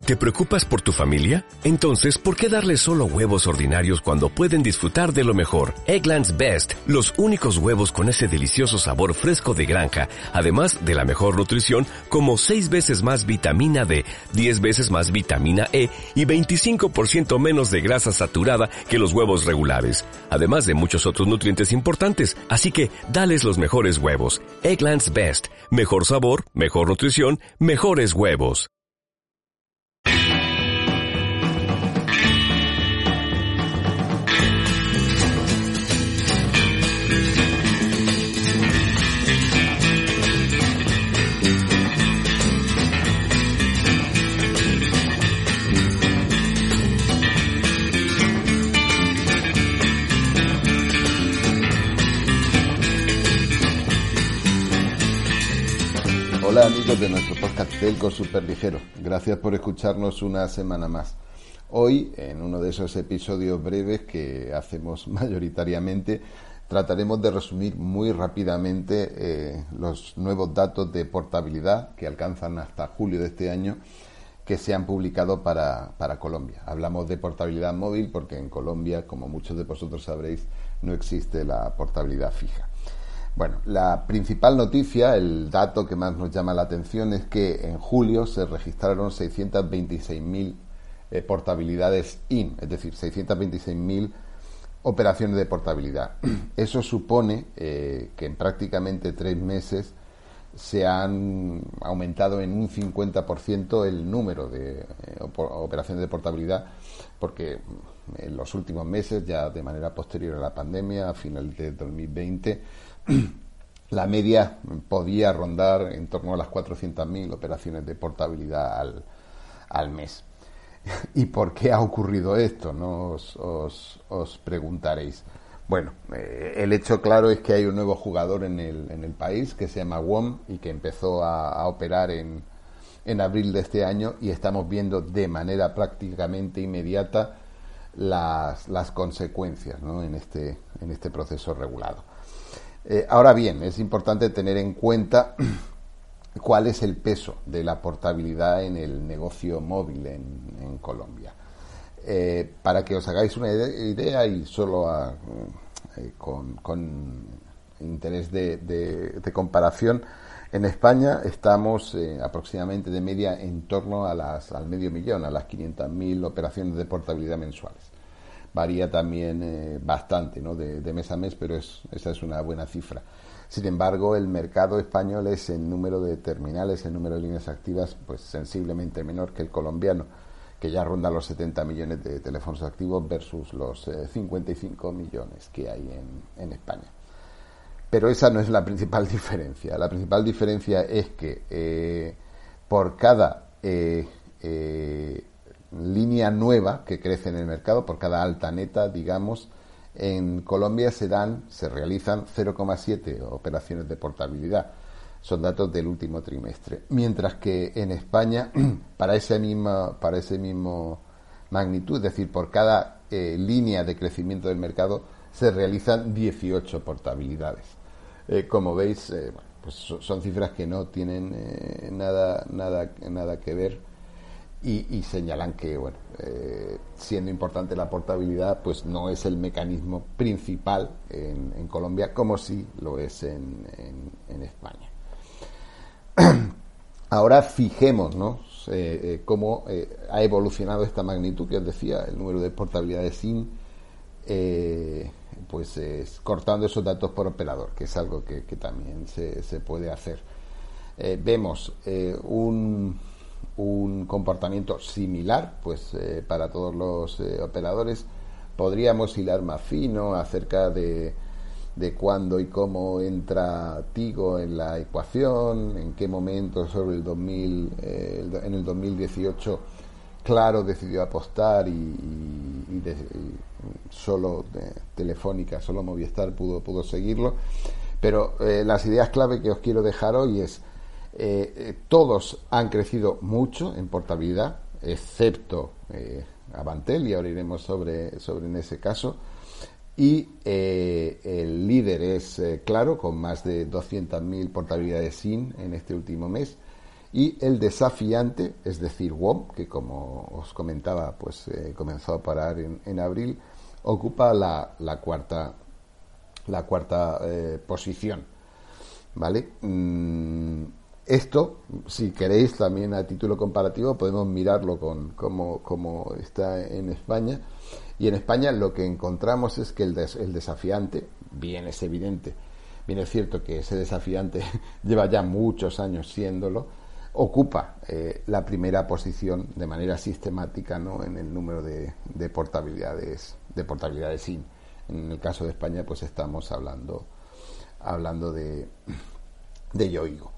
¿Te preocupas por tu familia? Entonces, ¿por qué darles solo huevos ordinarios cuando pueden disfrutar de lo mejor? Eggland's Best, los únicos huevos con ese delicioso sabor fresco de granja, además de la mejor nutrición, como 6 veces más vitamina D, 10 veces más vitamina E y 25% menos de grasa saturada que los huevos regulares, además de muchos otros nutrientes importantes. Así que, dales los mejores huevos. Eggland's Best, mejor sabor, mejor nutrición, mejores huevos. Hola amigos de nuestro podcast Telco Superligero, gracias por escucharnos una semana más. Hoy, en uno de esos episodios breves que hacemos mayoritariamente, trataremos de resumir muy rápidamente los nuevos datos de portabilidad que alcanzan hasta julio de este año, que se han publicado para Colombia. Hablamos de portabilidad móvil porque en Colombia, como muchos de vosotros sabréis, no existe la portabilidad fija. Bueno, la principal noticia, el dato que más nos llama la atención es que en julio se registraron 626.000 portabilidades IN, es decir, 626.000 operaciones de portabilidad. Eso supone que en prácticamente 3 meses se han aumentado en un 50% el número de operaciones de portabilidad, porque en los últimos meses, ya de manera posterior a la pandemia, a finales de 2020, la media podía rondar en torno a las 400.000 operaciones de portabilidad al mes. ¿Y por qué ha ocurrido esto? ¿No? Os preguntaréis. Bueno, el hecho claro es que hay un nuevo jugador en el país que se llama WOM y que empezó a operar en abril de este año, y estamos viendo de manera prácticamente inmediata las consecuencias, ¿no? en este proceso regulado. Ahora bien, es importante tener en cuenta cuál es el peso de la portabilidad en el negocio móvil en Colombia. Para que os hagáis una idea, y solo con interés de comparación, en España estamos aproximadamente de media en torno al medio millón, a las 500.000 operaciones de portabilidad mensuales. Varía también bastante, ¿no? de mes a mes, pero esa es una buena cifra. Sin embargo, el mercado español es en número de terminales, en número de líneas activas, pues sensiblemente menor que el colombiano, que ya ronda los 70 millones de teléfonos activos versus los 55 millones que hay en España. Pero esa no es la principal diferencia. La principal diferencia es que por cada línea nueva que crece en el mercado, por cada alta neta, digamos, en Colombia se realizan 0,7 operaciones de portabilidad. Son datos del último trimestre. Mientras que en España, para ese mismo magnitud, es decir, por cada línea de crecimiento del mercado, se realizan 18 portabilidades. Como veis, pues son cifras que no tienen nada que ver. Y señalan que, siendo importante la portabilidad, pues no es el mecanismo principal en Colombia, como sí lo es en España. Ahora fijémonos cómo ha evolucionado esta magnitud que os decía, el número de portabilidades SIM, cortando esos datos por operador, que es algo que también se puede hacer. Vemos un comportamiento similar, para todos los operadores. Podríamos hilar más fino acerca de cuándo y cómo entra Tigo en la ecuación, en qué momento sobre en el 2018 Claro decidió apostar y solo Telefónica, solo Movistar pudo seguirlo. Pero las ideas clave que os quiero dejar hoy es: todos han crecido mucho en portabilidad, excepto Avantel, y ahora iremos sobre en ese caso, y el líder es Claro, con más de 200.000 portabilidades SIM en este último mes, y el desafiante, es decir, WOM, que como os comentaba, pues comenzó a parar en abril, ocupa la cuarta posición, ¿vale? Esto, si queréis, también a título comparativo, podemos mirarlo con cómo está en España. Y en España lo que encontramos es que el desafiante, bien es evidente, bien es cierto que ese desafiante lleva ya muchos años siéndolo, ocupa la primera posición de manera sistemática, ¿no?, en el número de portabilidades IN. En el caso de España, pues estamos hablando de Yoigo.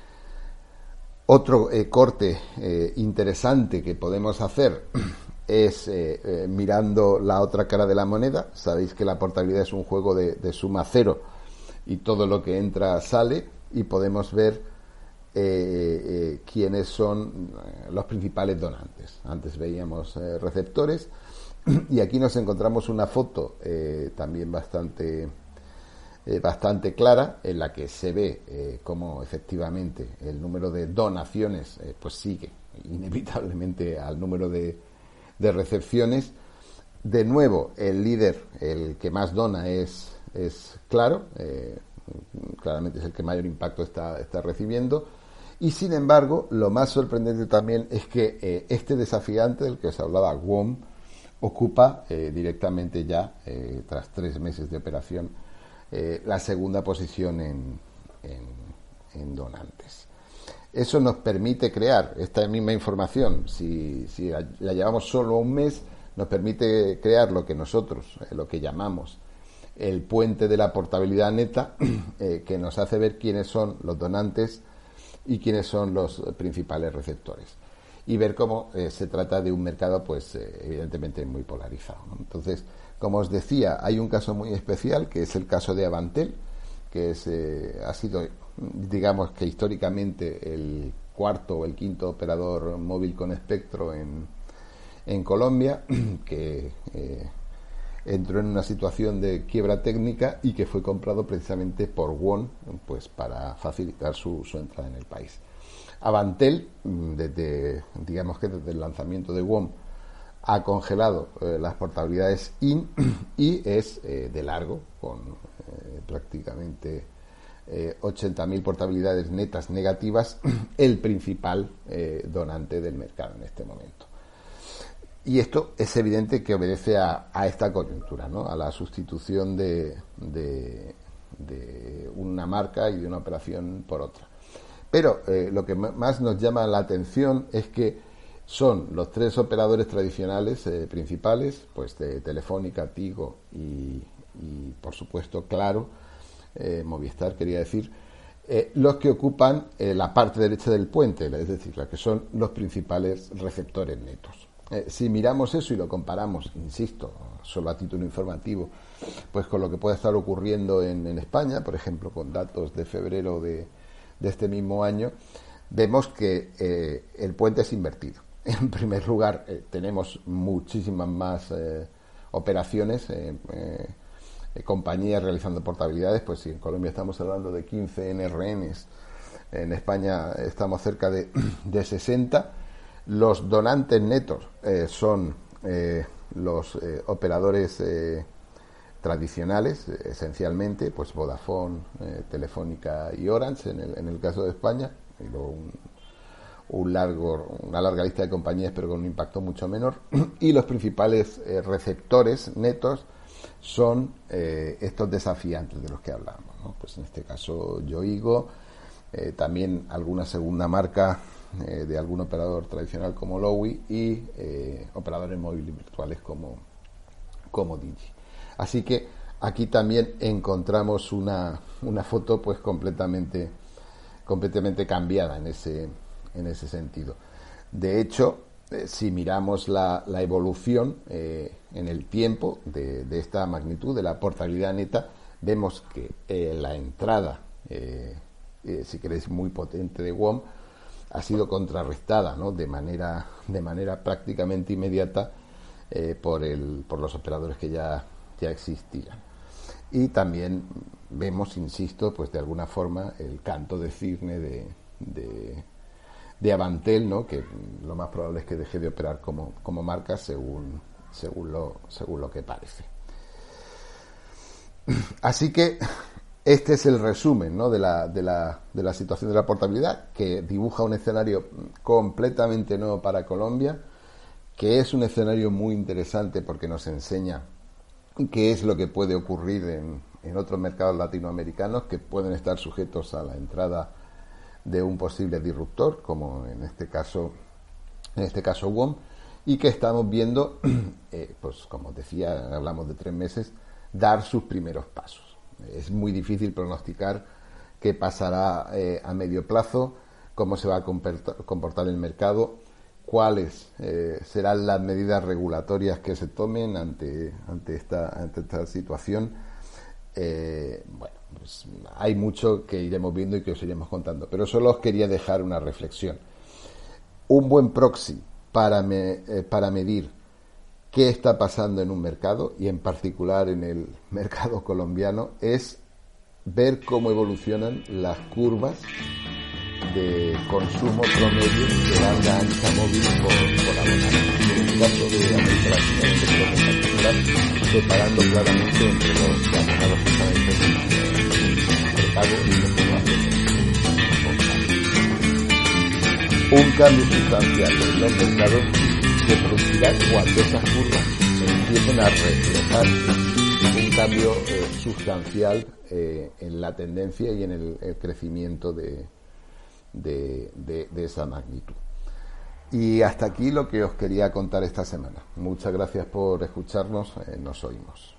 Otro corte interesante que podemos hacer es mirando la otra cara de la moneda. Sabéis que la portabilidad es un juego de suma cero y todo lo que entra sale, y podemos ver quiénes son los principales donantes. Antes veíamos receptores y aquí nos encontramos una foto también bastante clara, en la que se ve cómo efectivamente el número de donaciones pues sigue inevitablemente al número de recepciones. De nuevo, el líder, el que más dona, es claro, claramente es el que mayor impacto está recibiendo. Y sin embargo, lo más sorprendente también es que este desafiante del que os hablaba, WOM, ocupa directamente ya, tras 3 meses de operación, la segunda posición en donantes. Eso nos permite crear esta misma información. Si la llevamos solo un mes, nos permite crear lo que nosotros, lo que llamamos el puente de la portabilidad neta, que nos hace ver quiénes son los donantes y quiénes son los principales receptores, y ver cómo se trata de un mercado, pues evidentemente muy polarizado, ¿no? Entonces, como os decía, hay un caso muy especial, que es el caso de Avantel, que ha sido, digamos que históricamente, el cuarto o el quinto operador móvil con espectro en Colombia, que entró en una situación de quiebra técnica y que fue comprado precisamente por WOM, pues para facilitar su entrada en el país. Avantel, digamos que desde el lanzamiento de WOM, ha congelado las portabilidades IN y es de largo, con prácticamente 80.000 portabilidades netas negativas, el principal donante del mercado en este momento. Y esto es evidente que obedece a esta coyuntura, ¿no?, a la sustitución de una marca y de una operación por otra. Pero lo que más nos llama la atención es que son los 3 operadores tradicionales principales, pues de Telefónica, Tigo y por supuesto Claro, Movistar quería decir, los que ocupan la parte derecha del puente, es decir, los que son los principales receptores netos. Si miramos eso y lo comparamos, insisto, solo a título informativo, pues con lo que puede estar ocurriendo en España, por ejemplo, con datos de febrero de este mismo año, vemos que el puente es invertido. En primer lugar, tenemos muchísimas más operaciones, compañías realizando portabilidades. Pues si en Colombia estamos hablando de 15 NRNs, en España estamos cerca de 60. Los donantes netos son los operadores tradicionales, esencialmente, pues Vodafone, Telefónica y Orange en el caso de España, y luego una larga lista de compañías, pero con un impacto mucho menor. Y los principales receptores netos son estos desafiantes de los que hablamos, ¿no? Pues en este caso Yoigo, también alguna segunda marca de algún operador tradicional como Lowi y operadores móviles virtuales como Digi. Así que aquí también encontramos una foto pues completamente cambiada en ese sentido. De hecho, si miramos la evolución en el tiempo de esta magnitud de la portabilidad neta, vemos que la entrada, si queréis, muy potente de WOM ha sido contrarrestada, ¿no?, de manera prácticamente inmediata por los operadores que ya existían. Y también vemos, insisto, pues de alguna forma el canto de cisne de Avantel, ¿no? Que lo más probable es que deje de operar como marca según lo que parece. Así que este es el resumen, ¿no? de la situación de la portabilidad, que dibuja un escenario completamente nuevo para Colombia, que es un escenario muy interesante porque nos enseña qué es lo que puede ocurrir en otros mercados latinoamericanos que pueden estar sujetos a la entrada de un posible disruptor, como en este caso WOM, y que estamos viendo, pues como decía, hablamos de 3 meses, dar sus primeros pasos. Es muy difícil pronosticar qué pasará a medio plazo, cómo se va a comportar el mercado, cuáles serán las medidas regulatorias que se tomen ante esta situación. Bueno, pues hay mucho que iremos viendo y que os iremos contando, pero solo os quería dejar una reflexión. Un buen proxy para medir qué está pasando en un mercado, y en particular en el mercado colombiano, es ver cómo evolucionan las curvas de consumo promedio de banda ancha móvil por abonado. En el caso de América Latina, en particular, separando claramente entre los abonados que están en prepago y los que no hacen. Un cambio sustancial en los mercados se producirá cuando esas curvas empiecen a reflejar un cambio sustancial en la tendencia y en el crecimiento de esa magnitud. Y hasta aquí lo que os quería contar esta semana. Muchas gracias por escucharnos. Nos oímos.